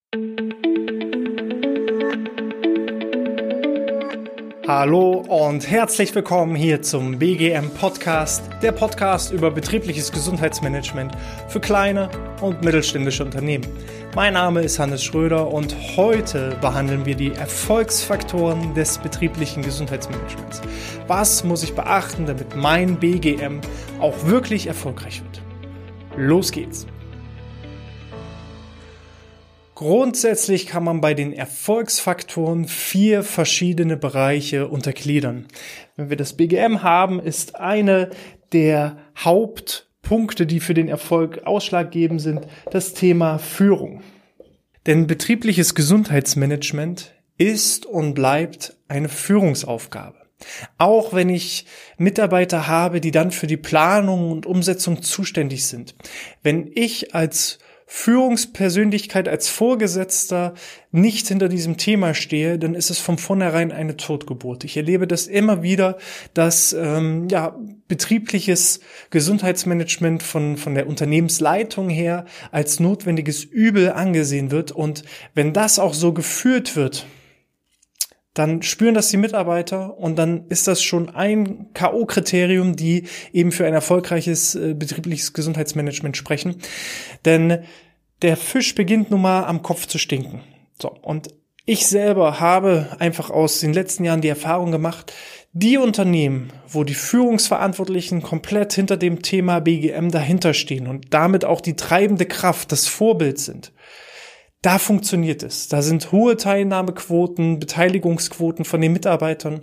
Hallo und herzlich willkommen hier zum BGM Podcast, der Podcast über betriebliches Gesundheitsmanagement für kleine und mittelständische Unternehmen. Mein Name ist Hannes Schröder und heute behandeln wir die Erfolgsfaktoren des betrieblichen Gesundheitsmanagements. Was muss ich beachten, damit mein BGM auch wirklich erfolgreich wird? Los geht's! Grundsätzlich kann man bei den Erfolgsfaktoren 4 verschiedene Bereiche untergliedern. Wenn wir das BGM haben, ist eine der Hauptpunkte, die für den Erfolg ausschlaggebend sind, das Thema Führung. Denn betriebliches Gesundheitsmanagement ist und bleibt eine Führungsaufgabe. Auch wenn ich Mitarbeiter habe, die dann für die Planung und Umsetzung zuständig sind. Wenn ich als Führungspersönlichkeit, als Vorgesetzter nicht hinter diesem Thema stehe, dann ist es von vornherein eine Totgeburt. Ich erlebe das immer wieder, dass betriebliches Gesundheitsmanagement von der Unternehmensleitung her als notwendiges Übel angesehen wird. Und wenn das auch so geführt wird, dann spüren das die Mitarbeiter und dann ist das schon ein K.O.-Kriterium, die eben für ein erfolgreiches betriebliches Gesundheitsmanagement sprechen. Denn der Fisch beginnt nun mal am Kopf zu stinken. So, und ich selber habe einfach aus den letzten Jahren die Erfahrung gemacht, die Unternehmen, wo die Führungsverantwortlichen komplett hinter dem Thema BGM dahinter stehen und damit auch die treibende Kraft, das Vorbild sind, da funktioniert es. Da sind hohe Teilnahmequoten, Beteiligungsquoten von den Mitarbeitern.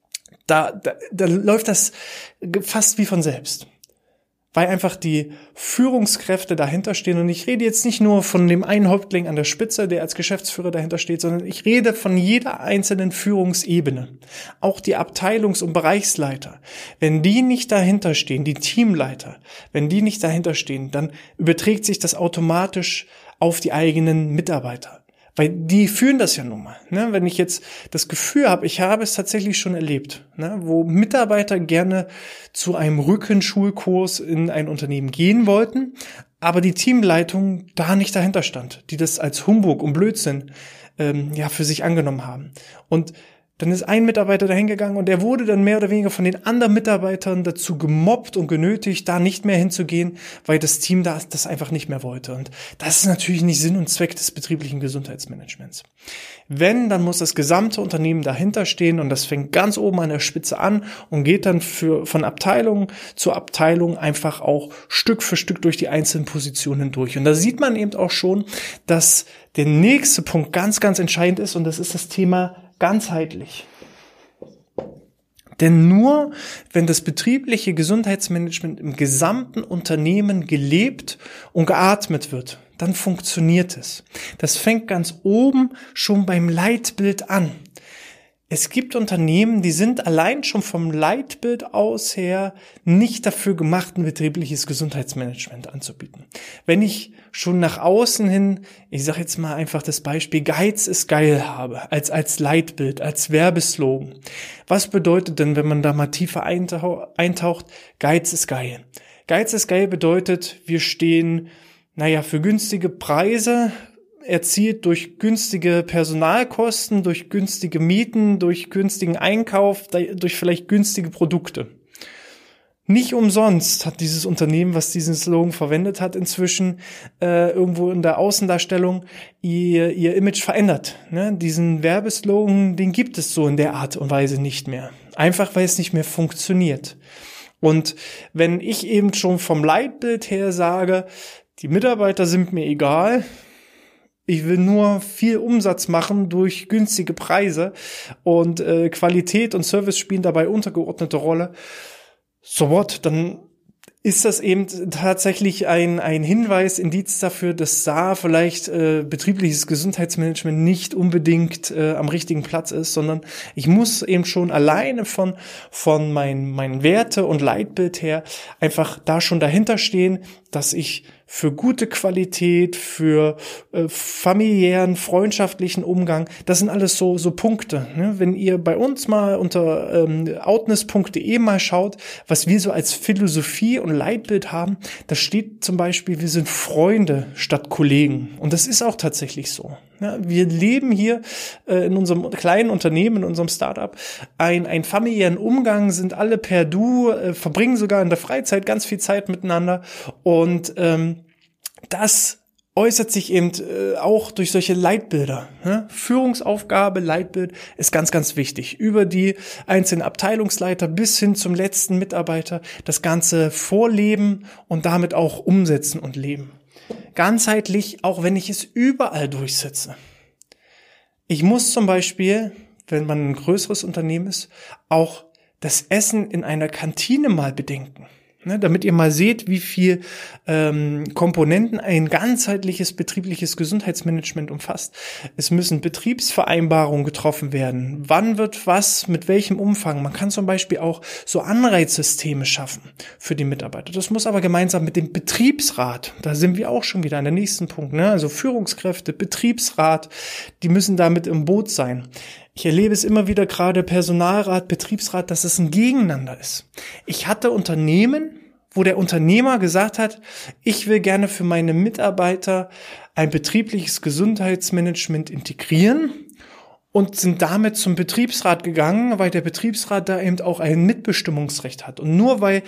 Da läuft das fast wie von selbst. Weil einfach die Führungskräfte dahinter stehen. Und ich rede jetzt nicht nur von dem einen Häuptling an der Spitze, der als Geschäftsführer dahinter steht, sondern ich rede von jeder einzelnen Führungsebene. Auch die Abteilungs- und Bereichsleiter. Wenn die nicht dahinter stehen, die Teamleiter, wenn die nicht dahinter stehen, dann überträgt sich das automatisch auf die eigenen Mitarbeiter. Weil die fühlen das ja nun mal. Ne? Wenn ich jetzt das Gefühl habe, ich habe es tatsächlich schon erlebt, ne? Wo Mitarbeiter gerne zu einem Rückenschulkurs in ein Unternehmen gehen wollten, aber die Teamleitung da nicht dahinter stand, die das als Humbug und Blödsinn für sich angenommen haben. Und dann ist ein Mitarbeiter dahin gegangen und der wurde dann mehr oder weniger von den anderen Mitarbeitern dazu gemobbt und genötigt, da nicht mehr hinzugehen, weil das Team das einfach nicht mehr wollte. Und das ist natürlich nicht Sinn und Zweck des betrieblichen Gesundheitsmanagements. Wenn, dann muss das gesamte Unternehmen dahinter stehen und das fängt ganz oben an der Spitze an und geht dann von Abteilung zu Abteilung einfach auch Stück für Stück durch die einzelnen Positionen durch. Und da sieht man eben auch schon, dass der nächste Punkt ganz, ganz entscheidend ist und das ist das Thema ganzheitlich. Denn nur wenn das betriebliche Gesundheitsmanagement im gesamten Unternehmen gelebt und geatmet wird, dann funktioniert es. Das fängt ganz oben schon beim Leitbild an. Es gibt Unternehmen, die sind allein schon vom Leitbild aus her nicht dafür gemacht, ein betriebliches Gesundheitsmanagement anzubieten. Wenn ich schon nach außen hin, ich sage jetzt mal einfach das Beispiel, Geiz ist geil habe, als Leitbild, als Werbeslogan. Was bedeutet denn, wenn man da mal tiefer eintaucht, Geiz ist geil? Geiz ist geil bedeutet, wir stehen, für günstige Preise, erzielt durch günstige Personalkosten, durch günstige Mieten, durch günstigen Einkauf, durch vielleicht günstige Produkte. Nicht umsonst hat dieses Unternehmen, was diesen Slogan verwendet hat, inzwischen irgendwo in der Außendarstellung ihr Image verändert. Ne? Diesen Werbeslogan, den gibt es so in der Art und Weise nicht mehr. Einfach, weil es nicht mehr funktioniert. Und wenn ich eben schon vom Leitbild her sage, die Mitarbeiter sind mir egal, ich will nur viel Umsatz machen durch günstige Preise und Qualität und Service spielen dabei untergeordnete Rolle. So what? Dann ist das eben tatsächlich ein Hinweis, Indiz dafür, dass da vielleicht betriebliches Gesundheitsmanagement nicht unbedingt am richtigen Platz ist, sondern ich muss eben schon alleine von meinen Werte und Leitbild her einfach da schon dahinter stehen, dass ich für gute Qualität, für familiären, freundschaftlichen Umgang, das sind alles so Punkte. Ne? Wenn ihr bei uns mal unter outness.de mal schaut, was wir so als Philosophie und Leitbild haben, da steht zum Beispiel, wir sind Freunde statt Kollegen. Und das ist auch tatsächlich so. Ja, wir leben hier in unserem kleinen Unternehmen, in unserem Startup, einen familiären Umgang, sind alle per Du, verbringen sogar in der Freizeit ganz viel Zeit miteinander und das äußert sich eben auch durch solche Leitbilder. Ne? Führungsaufgabe, Leitbild ist ganz, ganz wichtig. Über die einzelnen Abteilungsleiter bis hin zum letzten Mitarbeiter das Ganze vorleben und damit auch umsetzen und leben. Ganzheitlich, auch wenn ich es überall durchsetze. Ich muss zum Beispiel, wenn man ein größeres Unternehmen ist, auch das Essen in einer Kantine mal bedenken. Ne, damit ihr mal seht, wie viel Komponenten ein ganzheitliches betriebliches Gesundheitsmanagement umfasst. Es müssen Betriebsvereinbarungen getroffen werden. Wann wird was, mit welchem Umfang? Man kann zum Beispiel auch so Anreizsysteme schaffen für die Mitarbeiter. Das muss aber gemeinsam mit dem Betriebsrat, da sind wir auch schon wieder an der nächsten Punkt, ne? Also Führungskräfte, Betriebsrat, die müssen damit im Boot sein. Ich erlebe es immer wieder, gerade Personalrat, Betriebsrat, dass es ein Gegeneinander ist. Ich hatte Unternehmen, wo der Unternehmer gesagt hat, ich will gerne für meine Mitarbeiter ein betriebliches Gesundheitsmanagement integrieren und sind damit zum Betriebsrat gegangen, weil der Betriebsrat da eben auch ein Mitbestimmungsrecht hat. Und nur weil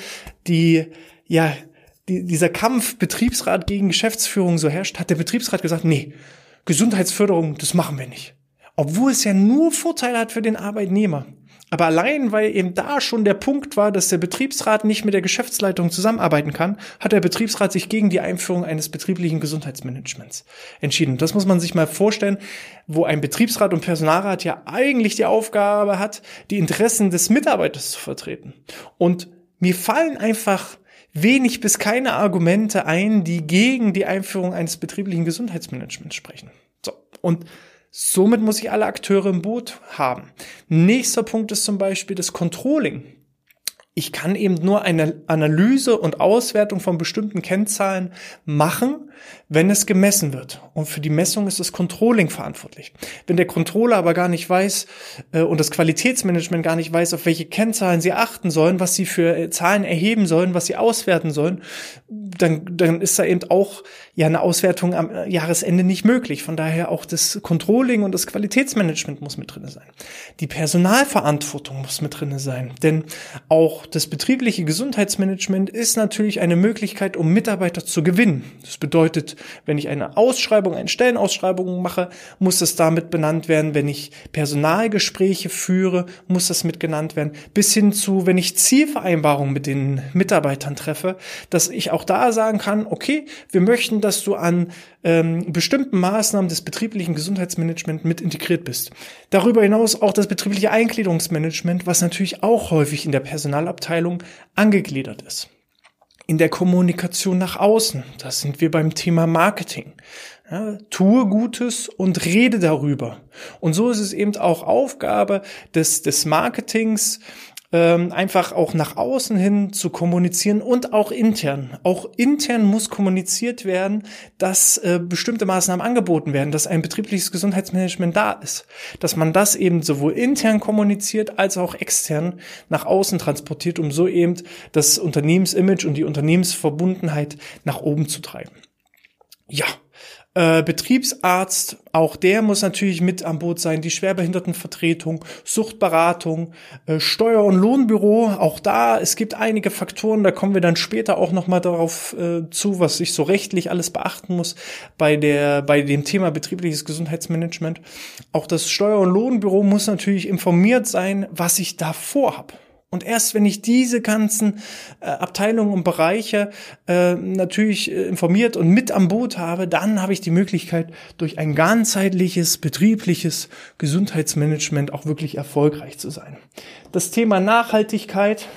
dieser Kampf Betriebsrat gegen Geschäftsführung so herrscht, hat der Betriebsrat gesagt, nee, Gesundheitsförderung, das machen wir nicht. Obwohl es ja nur Vorteile hat für den Arbeitnehmer. Aber allein, weil eben da schon der Punkt war, dass der Betriebsrat nicht mit der Geschäftsleitung zusammenarbeiten kann, hat der Betriebsrat sich gegen die Einführung eines betrieblichen Gesundheitsmanagements entschieden. Das muss man sich mal vorstellen, wo ein Betriebsrat und Personalrat ja eigentlich die Aufgabe hat, die Interessen des Mitarbeiters zu vertreten. Und mir fallen einfach wenig bis keine Argumente ein, die gegen die Einführung eines betrieblichen Gesundheitsmanagements sprechen. So, und somit muss ich alle Akteure im Boot haben. Nächster Punkt ist zum Beispiel das Controlling. Ich kann eben nur eine Analyse und Auswertung von bestimmten Kennzahlen machen, wenn es gemessen wird. Und für die Messung ist das Controlling verantwortlich. Wenn der Controller aber gar nicht weiß und das Qualitätsmanagement gar nicht weiß, auf welche Kennzahlen sie achten sollen, was sie für Zahlen erheben sollen, was sie auswerten sollen, dann ist da eben auch eine Auswertung am Jahresende nicht möglich. Von daher auch das Controlling und das Qualitätsmanagement muss mit drin sein. Die Personalverantwortung muss mit drin sein, denn auch das betriebliche Gesundheitsmanagement ist natürlich eine Möglichkeit, um Mitarbeiter zu gewinnen. Das bedeutet, wenn ich eine Stellenausschreibung mache, muss das damit benannt werden. Wenn ich Personalgespräche führe, muss das mit genannt werden. Bis hin zu, wenn ich Zielvereinbarungen mit den Mitarbeitern treffe, dass ich auch da sagen kann, okay, wir möchten, dass du an bestimmten Maßnahmen des betrieblichen Gesundheitsmanagements mit integriert bist. Darüber hinaus auch das betriebliche Eingliederungsmanagement, was natürlich auch häufig in der Personalabteilung angegliedert ist. In der Kommunikation nach außen, da sind wir beim Thema Marketing. Ja, tue Gutes und rede darüber. Und so ist es eben auch Aufgabe des Marketings, einfach auch nach außen hin zu kommunizieren und auch intern. Auch intern muss kommuniziert werden, dass bestimmte Maßnahmen angeboten werden, dass ein betriebliches Gesundheitsmanagement da ist. Dass man das eben sowohl intern kommuniziert als auch extern nach außen transportiert, um so eben das Unternehmensimage und die Unternehmensverbundenheit nach oben zu treiben. Ja. Betriebsarzt, auch der muss natürlich mit an Boot sein, die Schwerbehindertenvertretung, Suchtberatung, Steuer- und Lohnbüro, auch da, es gibt einige Faktoren, da kommen wir dann später auch nochmal darauf zu, was ich so rechtlich alles beachten muss bei dem Thema betriebliches Gesundheitsmanagement. Auch das Steuer- und Lohnbüro muss natürlich informiert sein, was ich da vorhab. Und erst wenn ich diese ganzen Abteilungen und Bereiche natürlich informiert und mit am Boot habe, dann habe ich die Möglichkeit, durch ein ganzheitliches, betriebliches Gesundheitsmanagement auch wirklich erfolgreich zu sein. Das Thema Nachhaltigkeit,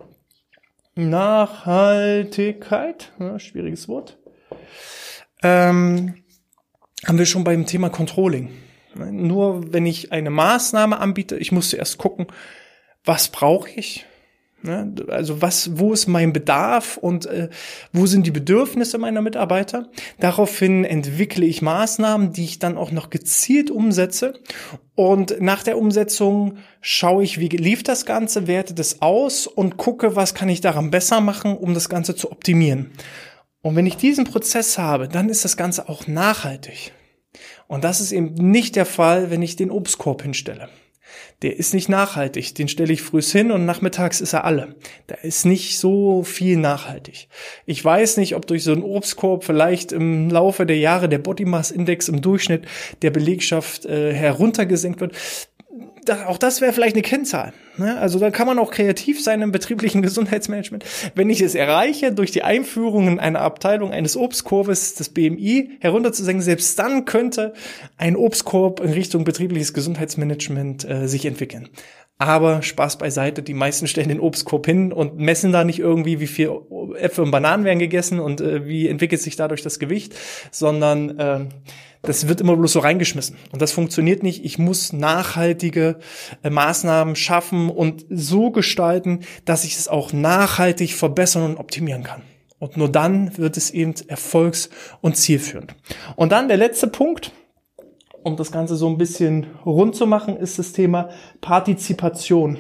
schwieriges Wort, haben wir schon beim Thema Controlling. Nur wenn ich eine Maßnahme anbiete, ich muss zuerst gucken, was brauche ich? Also wo ist mein Bedarf und wo sind die Bedürfnisse meiner Mitarbeiter? Daraufhin entwickle ich Maßnahmen, die ich dann auch noch gezielt umsetze. Und nach der Umsetzung schaue ich, wie lief das Ganze, werte das aus und gucke, was kann ich daran besser machen, um das Ganze zu optimieren. Und wenn ich diesen Prozess habe, dann ist das Ganze auch nachhaltig. Und das ist eben nicht der Fall, wenn ich den Obstkorb hinstelle. Der ist nicht nachhaltig. Den stelle ich frühs hin und nachmittags ist er alle. Da ist nicht so viel nachhaltig. Ich weiß nicht, ob durch so einen Obstkorb vielleicht im Laufe der Jahre der Body Mass Index im Durchschnitt der Belegschaft heruntergesenkt wird. Auch das wäre vielleicht eine Kennzahl. Ne? Also da kann man auch kreativ sein im betrieblichen Gesundheitsmanagement. Wenn ich es erreiche, durch die Einführung in einer Abteilung eines Obstkorbes das BMI herunterzusenken, selbst dann könnte ein Obstkorb in Richtung betriebliches Gesundheitsmanagement sich entwickeln. Aber Spaß beiseite, die meisten stellen den Obstkorb hin und messen da nicht irgendwie, wie viel Äpfel und Bananen werden gegessen und wie entwickelt sich dadurch das Gewicht, sondern das wird immer bloß so reingeschmissen. Und das funktioniert nicht. Ich muss nachhaltige Maßnahmen schaffen und so gestalten, dass ich es auch nachhaltig verbessern und optimieren kann. Und nur dann wird es eben erfolgs- und zielführend. Und dann der letzte Punkt, um das Ganze so ein bisschen rund zu machen, ist das Thema Partizipation.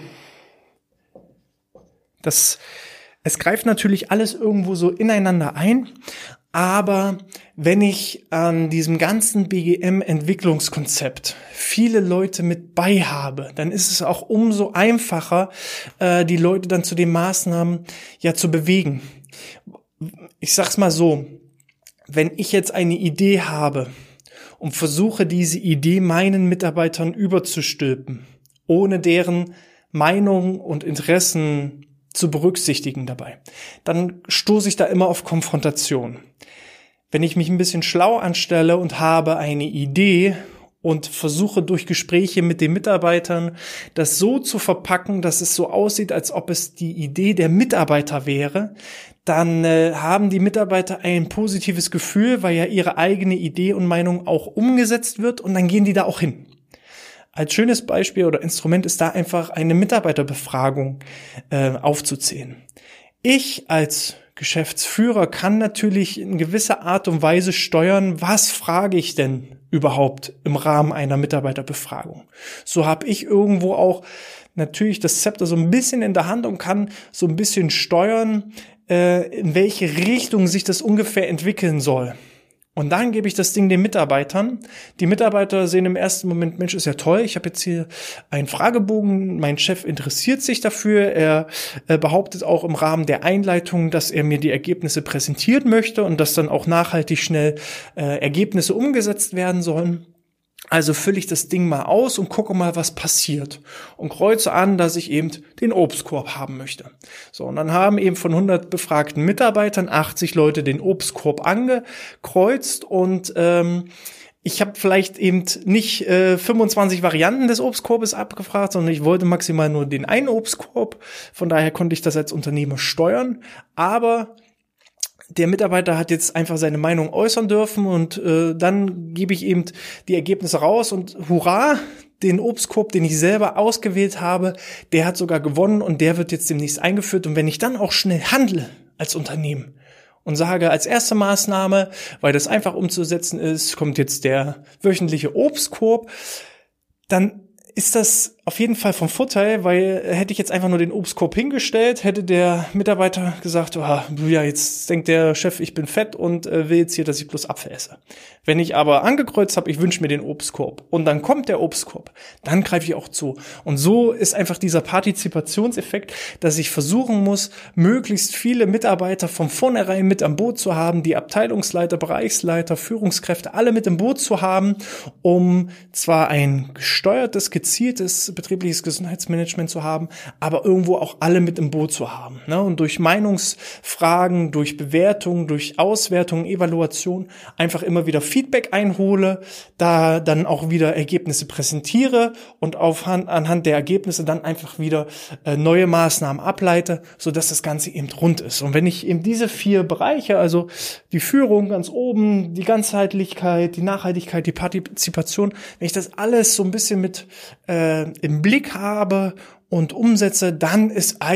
Es greift natürlich alles irgendwo so ineinander ein, aber wenn ich an diesem ganzen BGM-Entwicklungskonzept viele Leute mit bei habe, dann ist es auch umso einfacher, die Leute dann zu den Maßnahmen ja zu bewegen. Ich sag's mal so, wenn ich jetzt eine Idee habe und versuche, diese Idee meinen Mitarbeitern überzustülpen, ohne deren Meinung und Interessen zu berücksichtigen dabei, dann stoße ich da immer auf Konfrontation. Wenn ich mich ein bisschen schlau anstelle und habe eine Idee und versuche durch Gespräche mit den Mitarbeitern das so zu verpacken, dass es so aussieht, als ob es die Idee der Mitarbeiter wäre, dann haben die Mitarbeiter ein positives Gefühl, weil ja ihre eigene Idee und Meinung auch umgesetzt wird und dann gehen die da auch hin. Als schönes Beispiel oder Instrument ist da einfach eine Mitarbeiterbefragung aufzuzählen. Ich als Geschäftsführer kann natürlich in gewisser Art und Weise steuern, was frage ich denn überhaupt im Rahmen einer Mitarbeiterbefragung. So habe ich irgendwo auch natürlich das Zepter so ein bisschen in der Hand und kann so ein bisschen steuern, in welche Richtung sich das ungefähr entwickeln soll. Und dann gebe ich das Ding den Mitarbeitern. Die Mitarbeiter sehen im ersten Moment, Mensch, ist ja toll, ich habe jetzt hier einen Fragebogen, mein Chef interessiert sich dafür, er behauptet auch im Rahmen der Einleitung, dass er mir die Ergebnisse präsentieren möchte und dass dann auch nachhaltig schnell Ergebnisse umgesetzt werden sollen. Also fülle ich das Ding mal aus und gucke mal, was passiert. Und kreuze an, dass ich eben den Obstkorb haben möchte. So, und dann haben eben von 100 befragten Mitarbeitern 80 Leute den Obstkorb angekreuzt. Und ich habe vielleicht eben nicht 25 Varianten des Obstkorbes abgefragt, sondern ich wollte maximal nur den einen Obstkorb. Von daher konnte ich das als Unternehmer steuern. Aber der Mitarbeiter hat jetzt einfach seine Meinung äußern dürfen und dann gebe ich eben die Ergebnisse raus und hurra, den Obstkorb, den ich selber ausgewählt habe, der hat sogar gewonnen und der wird jetzt demnächst eingeführt. Und wenn ich dann auch schnell handle als Unternehmen und sage als erste Maßnahme, weil das einfach umzusetzen ist, kommt jetzt der wöchentliche Obstkorb, dann ist das auf jeden Fall vom Vorteil, weil hätte ich jetzt einfach nur den Obstkorb hingestellt, hätte der Mitarbeiter gesagt, ja, jetzt denkt der Chef, ich bin fett und will jetzt hier, dass ich bloß Apfel esse. Wenn ich aber angekreuzt habe, ich wünsche mir den Obstkorb und dann kommt der Obstkorb, dann greife ich auch zu. Und so ist einfach dieser Partizipationseffekt, dass ich versuchen muss, möglichst viele Mitarbeiter von vornherein mit am Boot zu haben, die Abteilungsleiter, Bereichsleiter, Führungskräfte, alle mit im Boot zu haben, um zwar ein gesteuertes, gezieltes betriebliches Gesundheitsmanagement zu haben, aber irgendwo auch alle mit im Boot zu haben. Ne? Und durch Meinungsfragen, durch Bewertung, durch Auswertung, Evaluation einfach immer wieder Feedback einhole, da dann auch wieder Ergebnisse präsentiere und anhand der Ergebnisse dann einfach wieder neue Maßnahmen ableite, sodass das Ganze eben rund ist. Und wenn ich eben diese 4 Bereiche, also die Führung ganz oben, die Ganzheitlichkeit, die Nachhaltigkeit, die Partizipation, wenn ich das alles so ein bisschen mit im Blick habe und umsetze, dann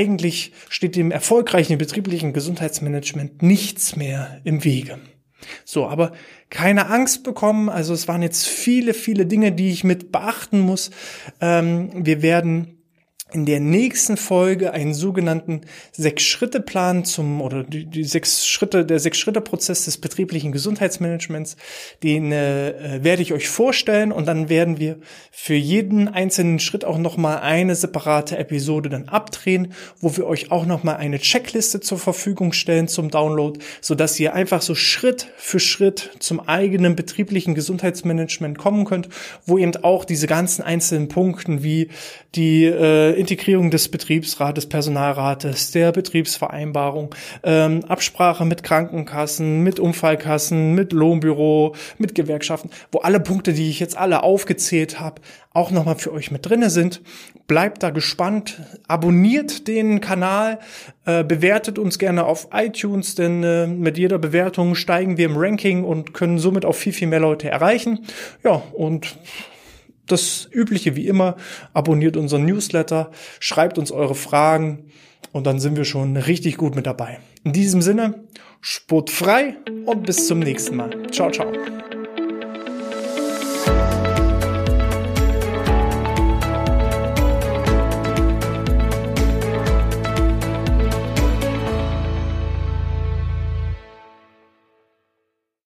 steht dem erfolgreichen betrieblichen Gesundheitsmanagement nichts mehr im Wege. So, aber keine Angst bekommen, also es waren jetzt viele, viele Dinge, die ich mit beachten muss. Wir werden in der nächsten Folge einen sogenannten 6-Schritte-Plan der 6-Schritte-Prozess des betrieblichen Gesundheitsmanagements. Den werde ich euch vorstellen und dann werden wir für jeden einzelnen Schritt auch nochmal eine separate Episode dann abdrehen, wo wir euch auch nochmal eine Checkliste zur Verfügung stellen zum Download, sodass ihr einfach so Schritt für Schritt zum eigenen betrieblichen Gesundheitsmanagement kommen könnt, wo eben auch diese ganzen einzelnen Punkten wie die Integrierung des Betriebsrates, Personalrates, der Betriebsvereinbarung, Absprache mit Krankenkassen, mit Unfallkassen, mit Lohnbüro, mit Gewerkschaften, wo alle Punkte, die ich jetzt alle aufgezählt habe, auch nochmal für euch mit drinne sind. Bleibt da gespannt, abonniert den Kanal, bewertet uns gerne auf iTunes, denn mit jeder Bewertung steigen wir im Ranking und können somit auch viel, viel mehr Leute erreichen. Ja, und das Übliche wie immer, abonniert unseren Newsletter, schreibt uns eure Fragen und dann sind wir schon richtig gut mit dabei. In diesem Sinne, sportfrei und bis zum nächsten Mal. Ciao, ciao.